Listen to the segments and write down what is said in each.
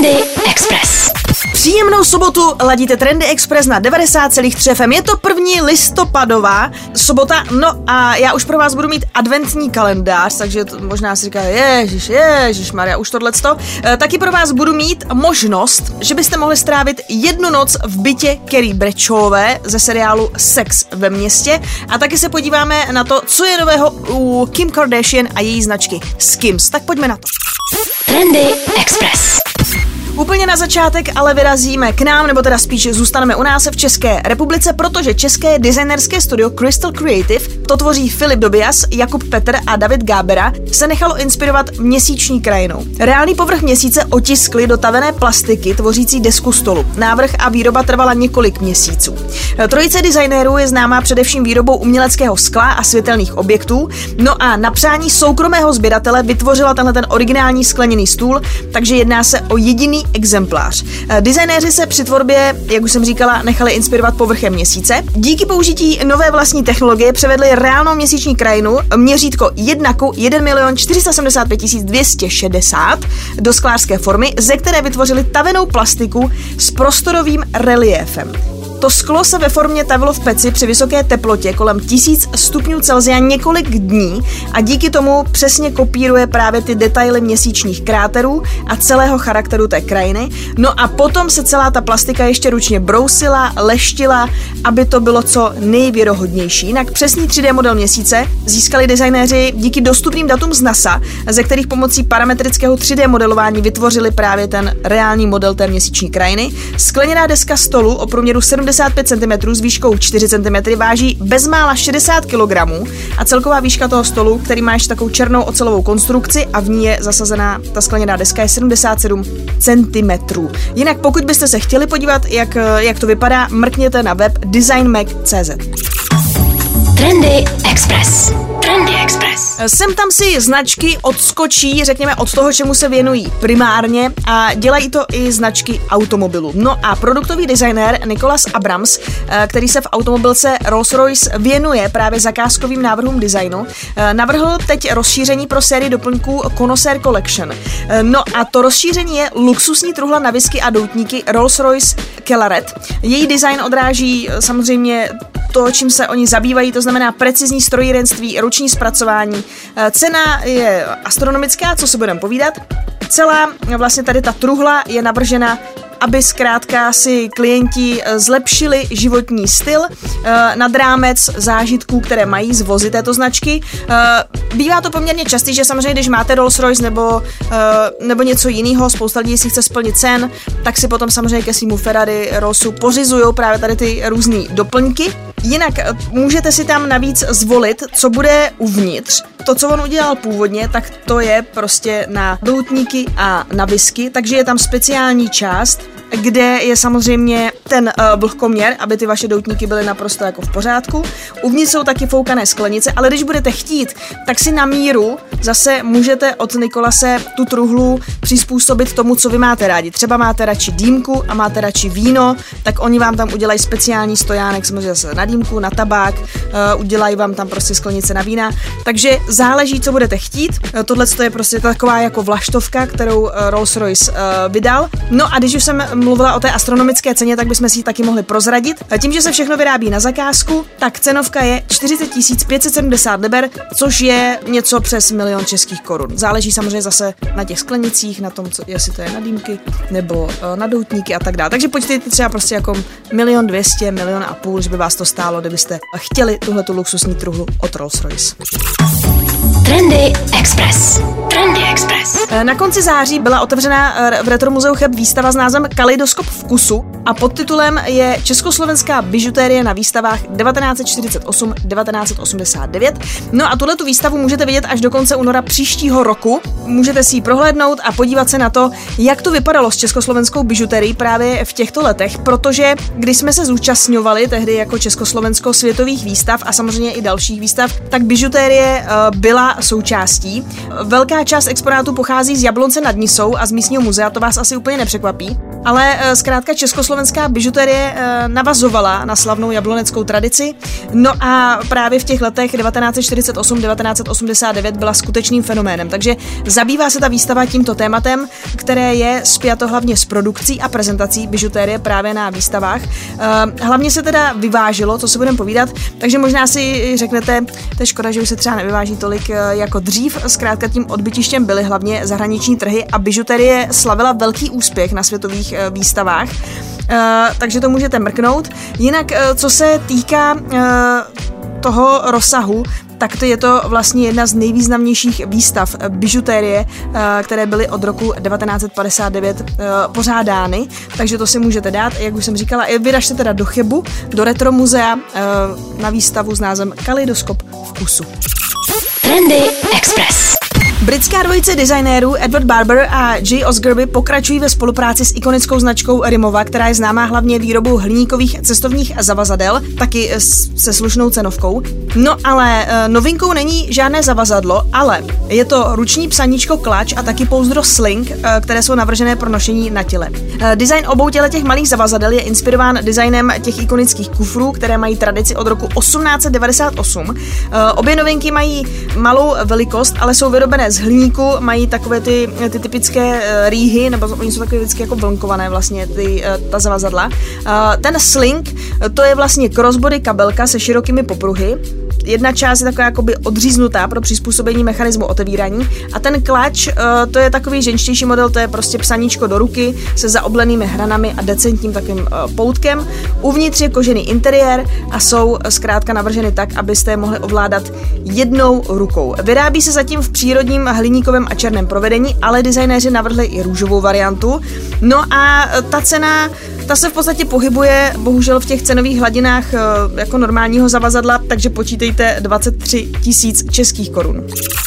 Trendy Express. Příjemnou sobotu ladíte Trendy Express na 90,3 FM. Je to 1. listopadová sobota, no a já už pro vás budu mít adventní kalendář, takže to možná si říká, ježišmarja, už tohleto. Taky pro vás budu mít možnost, že byste mohli strávit jednu noc v bytě Carrie Bradshawové ze seriálu Sex ve městě a taky se podíváme na to, co je nového u Kim Kardashian a její značky Skims. Tak pojďme na to. Trendy Express. Úplně na začátek ale vyrazíme k nám, nebo teda spíš zůstaneme u nás v České republice, protože české designerské studio Crystal Creative, to tvoří Filip Dobias, Jakub Petr a David Gábera, se nechalo inspirovat měsíční krajinou. Reálný povrch měsíce otiskli do tavené plastiky tvořící desku stolu. Návrh a výroba trvala několik měsíců. Trojice designérů je známá především výrobou uměleckého skla a světelných objektů, no a na přání soukromého sběratele vytvořila ten originální skleněný stůl, takže jedná se o jediný exemplář. Designéři se při tvorbě, jak už jsem říkala, nechali inspirovat povrchem měsíce. Díky použití nové vlastní technologie převedli reálnou měsíční krajinu měřítko 1 475 260 do sklářské formy, ze které vytvořili tavenou plastiku s prostorovým reliéfem. To sklo se ve formě tavilo v peci při vysoké teplotě kolem 1000 stupňů Celsia několik dní a díky tomu přesně kopíruje právě ty detaily měsíčních kráterů a celého charakteru té krajiny. No a potom se celá ta plastika ještě ručně brousila, leštila, aby to bylo co nejvěrohodnější. Jinak přesný 3D model měsíce získali designéři díky dostupným datům z NASA, ze kterých pomocí parametrického 3D modelování vytvořili právě ten reální model té měsíční krajiny. Skleněná deska stolu o průměru 75 cm s výškou 4 cm váží bezmála 60 kg a celková výška toho stolu, který má ještě takovou černou ocelovou konstrukci a v ní je zasazená ta skleněná deska, je 77 cm. Jinak pokud byste se chtěli podívat, jak to vypadá, mrkněte na web designmag.cz. Trendy Express. Trendy Express. Sem tam si značky odskočí, řekněme, od toho, čemu se věnují primárně a dělají to i značky automobilů. No a produktový designér Nicholas Abrams, který se v automobilce Rolls-Royce věnuje právě zakázkovým návrhům designu, navrhl teď rozšíření pro sérii doplňků Connoisseur Collection. No a to rozšíření je luxusní truhla na whisky a doutníky Rolls-Royce Celaret. Její design odráží samozřejmě to, čím se oni zabývají, to znamená precizní strojírenství, ruční zpracování. Cena je astronomická, co si budeme povídat. Celá vlastně tady ta truhla je navržena, aby zkrátka si klienti zlepšili životní styl nad rámec zážitků, které mají z vozy této značky. Bývá to poměrně častý, že samozřejmě, když máte Rolls-Royce nebo něco jiného, spousta lidí si chce splnit sen, tak si potom samozřejmě ke svému Ferrari Rollsu pořizují právě tady ty různé doplňky. Jinak můžete si tam navíc zvolit, co bude uvnitř. To, co on udělal původně, tak to je prostě na doutníky a na whisky, takže je tam speciální část, kde je samozřejmě ten vlhkoměr, aby ty vaše doutníky byly naprosto jako v pořádku. Uvnitř jsou taky foukané sklenice, ale když budete chtít, tak si na míru zase můžete od Nikolase tu truhlu přizpůsobit tomu, co vy máte rádi. Třeba máte radši dýmku a máte radši víno, tak oni vám tam udělají speciální stojánek, samozřejmě zase na dýmku, na tabák, udělají vám tam prostě sklenice na vína. Takže záleží, co budete chtít. Tohle je prostě taková jako vlaštovka, kterou Rolls-Royce vydal. No a když už jsem mluvila o té astronomické ceně, tak bychom si ji taky mohli prozradit. Tím, že se všechno vyrábí na zakázku, tak cenovka je 40 570 liber, což je něco přes 1 000 000 českých korun. Záleží samozřejmě zase na těch sklenicích, na tom, jestli to je na dýmky nebo na doutníky a tak dále. Takže počítejte třeba prostě jako 1 200 000, 1,5 milionu, že by vás to stálo, kdybyste chtěli tuhletu luxusní truhlu od Rolls-Royce. Trendy Express. Trendy Express. Na konci září byla otevřena v Retro muzeu Cheb výstava s názvem Kaleidoskop vkusu a podtitulem je Československá bižutérie na výstavách 1948-1989. No a tuhletu výstavu můžete vidět až do konce února příštího roku. Můžete si ji prohlédnout a podívat se na to, jak to vypadalo s československou bižutérií právě v těchto letech, protože když jsme se zúčastňovali tehdy jako Československo světových výstav a samozřejmě i dalších výstav, tak bižutérie byla součástí. Velká část exponátů pochází z Jablonce nad Nisou a z místního muzea, to vás asi úplně nepřekvapí. Ale zkrátka Československo československá bižuterie navazovala na slavnou jabloneckou tradici, no a právě v těch letech 1948-1989 byla skutečným fenoménem, takže zabývá se ta výstava tímto tématem, které je spjato hlavně s produkcí a prezentací bižuterie právě na výstavách. Hlavně se teda vyvážilo, co si budeme povídat, takže možná si řeknete, to je škoda, že už se třeba nevyváží tolik jako dřív, zkrátka tím odbytištěm byly hlavně zahraniční trhy a bižuterie slavila velký úspěch na světových výstavách, takže to můžete mrknout. Jinak, co se týká toho rozsahu, tak to je to vlastně jedna z nejvýznamnějších výstav bižuterie, které byly od roku 1959 pořádány, takže to si můžete dát, jak už jsem říkala, vyražte teda do Chebu, do Retro muzea na výstavu s názvem Kaleidoskop vkusu. Trendy Express. Britská dvojice designérů Edward Barber a Jay Osgerby pokračují ve spolupráci s ikonickou značkou Rimowa, která je známá hlavně výrobou hliníkových cestovních zavazadel, taky se slušnou cenovkou. No ale novinkou není žádné zavazadlo, ale je to ruční psaníčko Clutch a taky pouzdro Sling, které jsou navržené pro nošení na těle. Design obou těch malých zavazadel je inspirován designem těch ikonických kufrů, které mají tradici od roku 1898. Obě novinky mají malou velikost, ale jsou vyrobené z hliníku, mají takové ty typické rýhy, nebo oni jsou takové vždycky jako vlnkované vlastně, ta zavazadla. Ten Sling, to je vlastně crossbody kabelka se širokými popruhy. Jedna část je taková jakoby odříznutá pro přizpůsobení mechanismu otevírání a ten Clutch, to je takový ženštější model, to je prostě psaníčko do ruky se zaoblenými hranami a decentním takovým poutkem. Uvnitř je kožený interiér a jsou zkrátka navrženy tak, abyste je mohli ovládat jednou rukou. Vyrábí se zatím v přírodním hliníkovém a černém provedení, ale designéři navrhli i růžovou variantu. No a ta cena, ta se v podstatě pohybuje bohužel v těch cenových hladinách jako normálního zavazadla, takže počítejte 23 000 českých korun.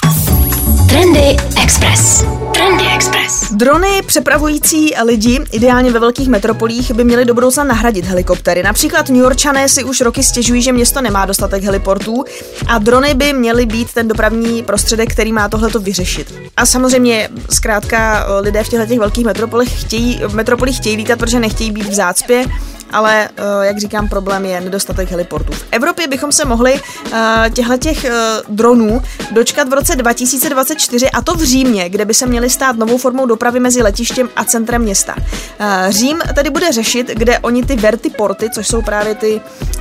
Trendy Express. Trendy Express. Drony přepravující lidi, ideálně ve velkých metropolích, by měly do budoucna nahradit helikoptery. Například Newyorčané si už roky stěžují, že město nemá dostatek heliportů a drony by měly být ten dopravní prostředek, který má tohleto vyřešit. A samozřejmě zkrátka lidé v těchto velkých metropolích chtějí lítat, protože nechtějí být v zácpě, ale jak říkám, problém je nedostatek heliportů. V Evropě bychom se mohli těchto dronů dočkat v roce 2024, a to v Římě, kde by se měly stát novou formou dopravy mezi letištěm a centrem města. Řím tedy bude řešit, kde oni ty vertiporty, což jsou právě ty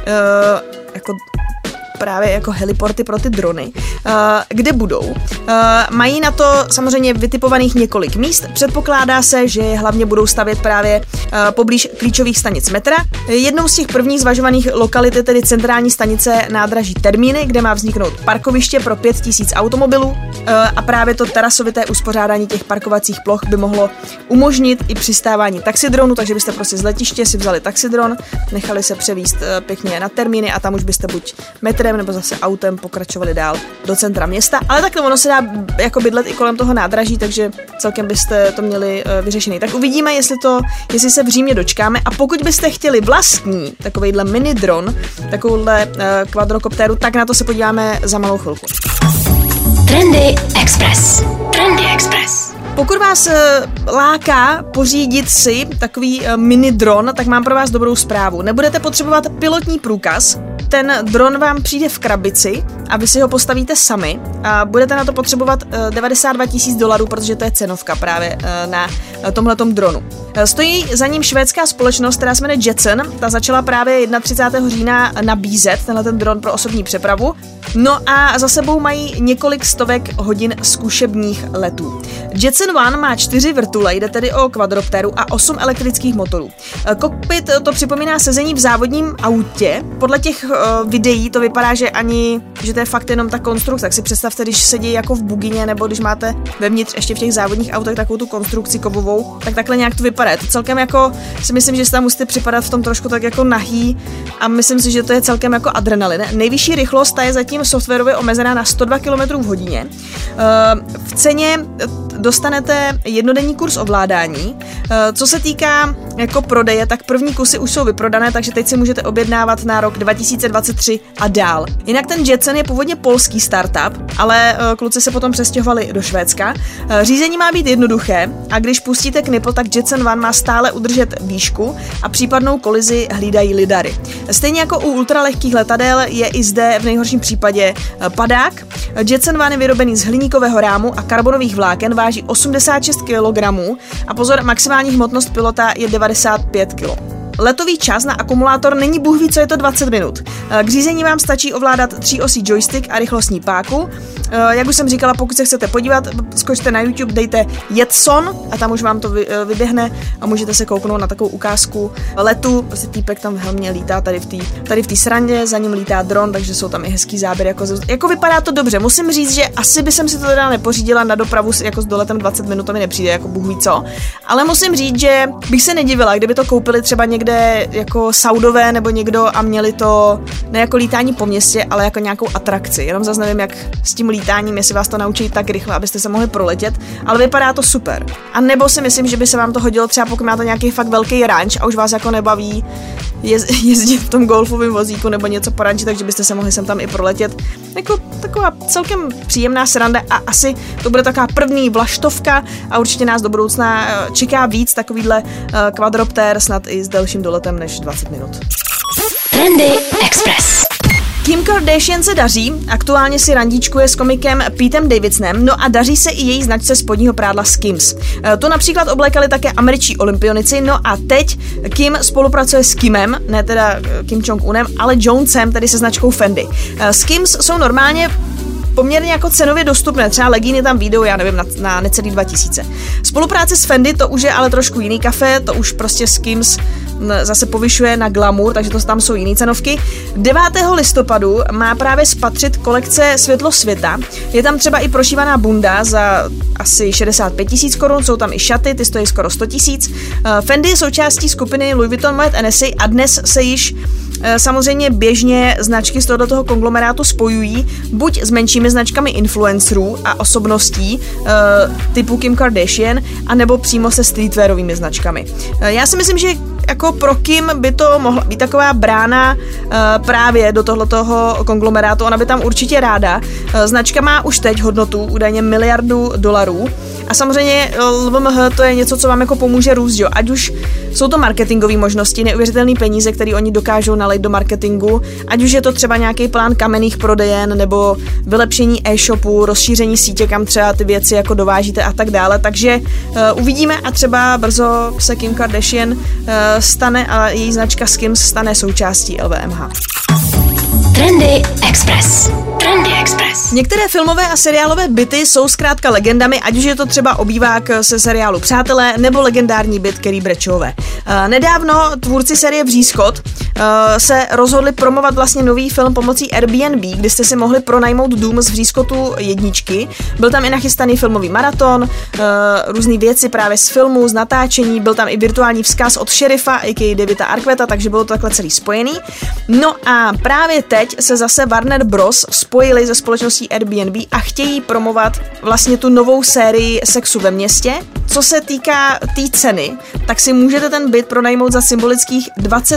právě jako heliporty pro ty drony, kde budou. Mají na to samozřejmě vytipovaných několik míst. Předpokládá se, že je hlavně budou stavět právě poblíž klíčových stanic metra. Jednou z těch prvních zvažovaných lokalit je tedy centrální stanice nádraží Termíny, kde má vzniknout parkoviště pro 5 000 automobilů a právě to terasovité uspořádání těch parkovacích ploch by mohlo umožnit i přistávání taxidronu, takže byste prostě z letiště si vzali taxidron, nechali se převízt pěkně na Termíny a tam už byste buď metrem nebo zase autem pokračovali dál do centra města, ale takhle ono se dá jako bydlet i kolem toho nádraží, takže celkem byste to měli vyřešený. Tak uvidíme, jestli se v Římě dočkáme, a pokud byste chtěli vlastní takovejhle mini dron, takovouhle kvadrokoptéru, tak na to se podíváme za malou chvilku. Trendy Express. Trendy Express. Pokud vás láká pořídit si takový mini dron, tak mám pro vás dobrou zprávu. Nebudete potřebovat pilotní průkaz, ten dron vám přijde v krabici a vy si ho postavíte sami a budete na to potřebovat $92 000, protože to je cenovka právě na tomhletom dronu. Stojí za ním švédská společnost, která se jmenuje Jetson, ta začala právě 31. října nabízet tenhle ten dron pro osobní přepravu, no a za sebou mají několik stovek hodin zkušebních letů. Jetson One má 4 vrtule, jde tedy o kvadroptéru a 8 elektrických motorů. Kokpit to připomíná sezení v závodním autě. Podle těch videí to vypadá, že to je fakt jenom ta konstrukce. Tak si představte, když sedí jako v bugině, nebo když máte vevnitř ještě v těch závodních autech takovou tu konstrukci kovovou, tak takhle nějak to vypadá. Je to celkem jako, si myslím, že se tam musíte připadat v tom trošku tak jako nahý a myslím si, že to je celkem jako adrenalin. Nejvyšší rychlost ta je zatím softwarově omezená na 102 km/h. V ceně dostanete jednodenní kurz ovládání. Co se týká jako prodeje, tak první kusy už jsou vyprodané, takže teď si můžete objednávat na rok 2023 a dál. Jinak ten Jetson je původně polský startup, ale kluci se potom přestěhovali do Švédska. Řízení má být jednoduché a když pustíte knipl, tak Jetson One má stále udržet výšku a případnou kolizi hlídají lidary. Stejně jako u ultralehkých letadel je i zde v nejhorším případě padák. Jetson One je vyrobený z hliníkového rámu a karbonových vláken, váží 86 kg a pozor, maximální hmotnost pilota je 95 kg. Letový čas na akumulátor není bůh ví, co je to 20 minut. K řízení vám stačí ovládat 3osí joystick a rychlostní páku. Jak už jsem říkala, pokud se chcete podívat, skočte na YouTube, dejte Jetson a tam už vám to vyběhne a můžete se kouknout na takovou ukázku letu. Prostě týpek tam v helmě lítá tady v té srandě, za ním lítá dron, takže jsou tam i hezký záběr. Jako vypadá to dobře. Musím říct, že asi by jsem si to teda nepořídila na dopravu jako s doletem 20 minut, to mi nepřijde jako bůh ví co. Ale musím říct, že bych se nedivila, kdyby to koupili třeba někde jako Saudové nebo někdo a měli to ne jako lítání po městě, ale jako nějakou atrakci. Jenom zase nevím, jak s tím lítáním, jestli vás to naučí tak rychle, abyste se mohli proletět, ale vypadá to super. A nebo si myslím, že by se vám to hodilo třeba, pokud máte nějaký fakt velký ranč a už vás jako nebaví jezdit v tom golfovém vozíku nebo něco po ranči, takže byste se mohli sem tam i proletět. Jako taková celkem příjemná sranda a asi to bude taková první vlaštovka a určitě nás do budoucna čeká víc takovýhle kvadroptér, snad i s delším doletem než 20 minut. Trendy Express. Kim Kardashian se daří, aktuálně si randíčkuje s komikem Petem Davidsonem, no a daří se i její značce spodního prádla Skims. To například oblékali také američtí olympionici, no a teď Kim spolupracuje s Kimem, ne teda Kim Jong-unem, ale Jonesem, tedy se značkou Fendi. Skims jsou normálně poměrně jako cenově dostupné, třeba legíny tam výjdou, já nevím, na necelý 2000. Spolupráce s Fendi, to už je ale trošku jiný kafe, to už prostě Skims zase povyšuje na glamour, takže to tam jsou jiný cenovky. 9. listopadu má právě spatřit kolekce Světlo světa. Je tam třeba i prošívaná bunda za asi 65 000 korun, jsou tam i šaty, ty stojí skoro 100 000. Fendi je součástí skupiny Louis Vuitton Moet Hennessy a dnes se již samozřejmě běžně značky z tohoto konglomerátu spojují buď s menšími značkami influencerů a osobností typu Kim Kardashian, anebo přímo se streetwearovými značkami. Já si myslím, že jako pro Kim by to mohla být taková brána právě do tohletoho konglomerátu, ona by tam určitě ráda. Značka má už teď hodnotu údajně $1 miliard a samozřejmě LVMH to je něco, co vám jako pomůže růst, jo. Ať už jsou to marketingové možnosti, neuvěřitelné peníze, které oni dokážou nalejt do marketingu, ať už je to třeba nějaký plán kamenných prodejen nebo vylepšení e-shopu, rozšíření sítě, kam třeba ty věci jako dovážíte a tak dále. Takže uvidíme a třeba brzo se Kim Kardashian stane a její značka Skims stane součástí LVMH. Trendy Express. Trendy Express. Některé filmové a seriálové byty jsou zkrátka legendami, ať už je to třeba obývák se seriálu Přátelé nebo legendární byt Carrie Bradshaw. Nedávno tvůrci série Vřízkot se rozhodli promovat vlastně nový film pomocí Airbnb, kdy jste si mohli pronajmout dům z Vřízkotu 1. Byl tam i nachystaný filmový maraton, různý věci právě z filmu, z natáčení, byl tam i virtuální vzkaz od šerifa, a.k.a. Davida Arquetta, takže bylo to takhle celý spojený. No a právě teď se zase Warner Bros. Spojili se společností Airbnb a chtějí promovat vlastně tu novou sérii Sexu ve městě. Co se týká té ceny, tak si můžete ten byt pronajmout za symbolických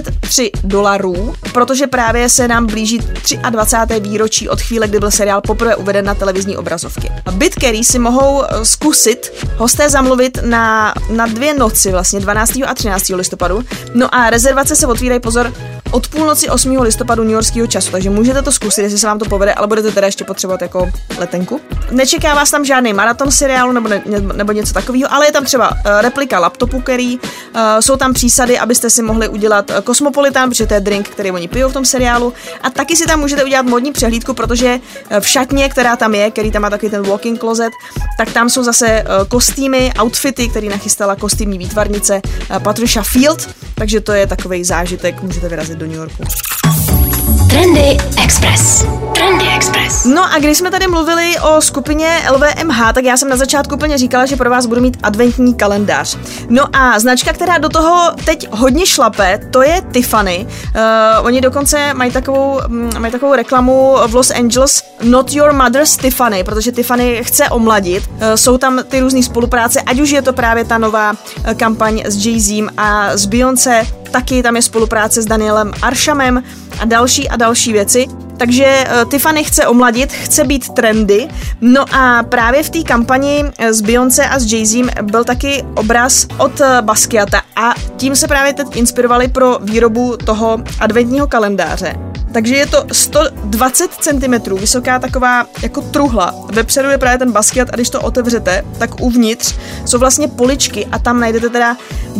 $23, protože právě se nám blíží 23. výročí od chvíle, kdy byl seriál poprvé uveden na televizní obrazovky. Byt Carrie si mohou zkusit hosté zamluvit na 2 noci, vlastně 12. a 13. listopadu. No a rezervace se otvírají, pozor, od půlnoci 8. listopadu newyorského času, takže můžete to zkusit, jestli se vám to povede, ale budete teda ještě potřebovat jako letenku. Nečeká vás tam žádný maraton seriálu nebo něco takového, ale je tam třeba replika laptopu Carrie, jsou tam přísady, abyste si mohli udělat Cosmopolitan, protože to je drink, který oni pijou v tom seriálu, a taky si tam můžete udělat modní přehlídku, protože v šatně, která tam je, který tam má takový ten walk-in closet, tak tam jsou zase kostýmy, outfity, který nachystala kostýmní výtvarnice Patricia Field, takže to je takovej zážitek, můžete vyrazit do New Yorku. Trendy Express. Trendy Express. No a když jsme tady mluvili o skupině LVMH, tak já jsem na začátku úplně říkala, že pro vás budu mít adventní kalendář. No a značka, která do toho teď hodně šlape, to je Tiffany. Oni dokonce mají takovou reklamu v Los Angeles, Not Your Mother's Tiffany, protože Tiffany chce omladit. Jsou tam ty různý spolupráce, ať už je to právě ta nová kampaň s Jay-Zem a s Beyoncé, taky tam je spolupráce s Danielem Arshamem a další věci. Takže Tiffany chce omladit, chce být trendy. No a právě v té kampani s Beyoncé a s Jay-Zem byl taky obraz od Basquiata a tím se právě teď inspirovali pro výrobu toho adventního kalendáře. Takže je to 120 cm vysoká taková jako truhla. Vepředu je právě ten Basquiat a když to otevřete, tak uvnitř jsou vlastně poličky a tam najdete teda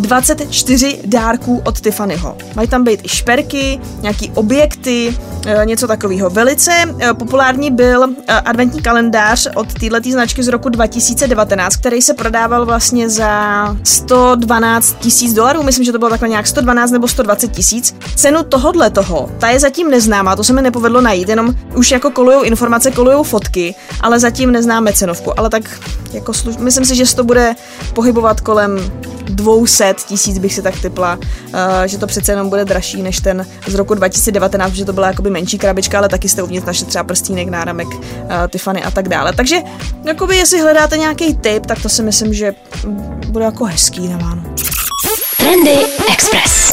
24 dárků od Tiffanyho. Mají tam být i šperky, nějaký objekty, něco takového. Velice populární byl adventní kalendář od této značky z roku 2019, který se prodával vlastně za $112 000. Myslím, že to bylo takhle nějak 112 nebo 120 000. Cenu tohodletoho, ta je zatím neznámá, to se mi nepovedlo najít, jenom už jako kolujou informace, kolujou fotky, ale zatím neznáme cenovku. Ale tak jako myslím si, že se to bude pohybovat kolem 200 000 bych si tak tipla, že to přece jenom bude dražší než ten z roku 2019, protože to byla jakoby menší krabička, ale taky jste uvnitř našli třeba prstínek, náramek Tiffany a tak dále. Takže jakoby jestli hledáte nějaký tip, tak to si myslím, že bude jako hezký na Vánoce. Trendy Express.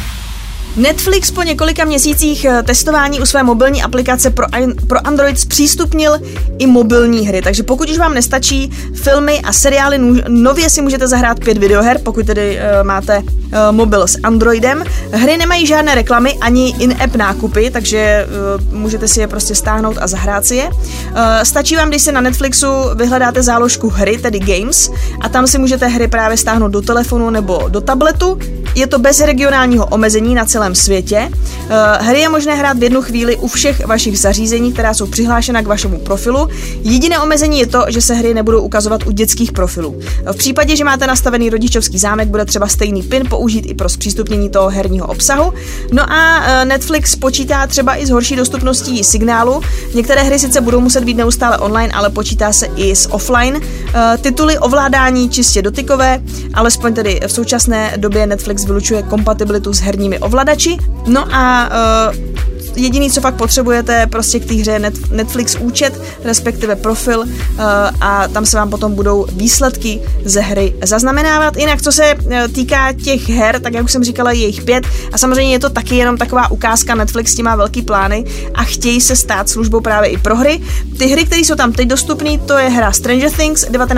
Netflix po několika měsících testování u své mobilní aplikace pro Android zpřístupnil i mobilní hry, takže pokud už vám nestačí filmy a seriály, nově si můžete zahrát 5 videoher, pokud tedy máte mobil s Androidem. Hry nemají žádné reklamy ani in-app nákupy, takže můžete si je prostě stáhnout a zahrát si je. Stačí vám, když se na Netflixu vyhledáte záložku hry, tedy games, a tam si můžete hry právě stáhnout do telefonu nebo do tabletu. Je to bez regionálního omezení na celém světě. Hry je možné hrát v jednu chvíli u všech vašich zařízení, která jsou přihlášena k vašemu profilu. Jediné omezení je to, že se hry nebudou ukazovat u dětských profilů. V případě, že máte nastavený rodičovský zámek, bude třeba stejný PIN použít i pro zpřístupnění toho herního obsahu. No a Netflix počítá třeba i s horší dostupností signálu. Některé hry sice budou muset být neustále online, ale počítá se i s offline. Tituly ovládání čistě dotykové, alespoň tedy v současné době Netflix vylučuje kompatibilitu s herními ovladači. No a jediný, co fakt potřebujete, prostě k té hře Netflix účet, respektive profil a tam se vám potom budou výsledky ze hry zaznamenávat. Jinak, co se týká těch her, tak jak už jsem říkala, je jich 5 a samozřejmě je to taky jenom taková ukázka, Netflix tím má velký plány a chtějí se stát službou právě i pro hry. Ty hry, které jsou tam teď dostupné, to je hra Stranger Things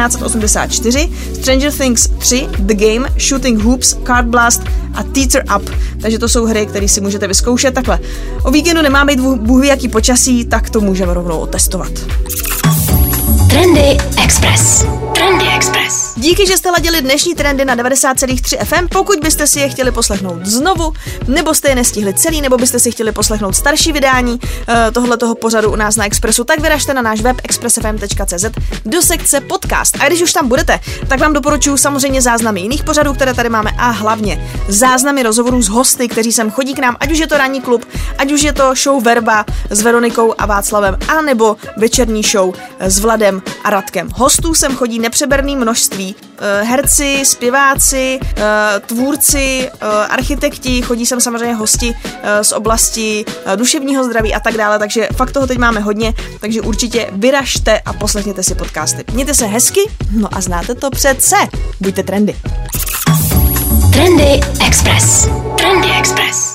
1984, Stranger Things 3, The Game, Shooting Hoops, Card Blast a Teeter Up. Takže to jsou hry, které si můžete vyzkoušet takhle. O víkendu nemá být bůh ví jaký počasí, tak to můžeme rovnou otestovat. Trendy Express. Trendy Express. Díky, že jste ladili dnešní trendy na 90,3 FM. Pokud byste si je chtěli poslechnout znovu, nebo jste je nestihli celý, nebo byste si chtěli poslechnout starší vydání tohoto pořadu u nás na Expressu, tak vyražte na náš web expressfm.cz do sekce podcast. A když už tam budete, tak vám doporučuji samozřejmě záznamy jiných pořadů, které tady máme a hlavně záznamy rozhovorů s hosty, kteří sem chodí k nám, ať už je to Ranní klub, ať už je to show Verba s Veronikou a Václavem, anebo večerní show s Vladem a Radkem. Hostů sem chodí nepřeberné množství. Herci, zpěváci, tvůrci, architekti, chodí sem samozřejmě hosti z oblasti duševního zdraví a tak dále, takže fakt toho teď máme hodně, takže určitě vyražte a poslechněte si podcasty. Mějte se hezky, no a znáte to přece. Buďte trendy. Trendy Express. Trendy Express.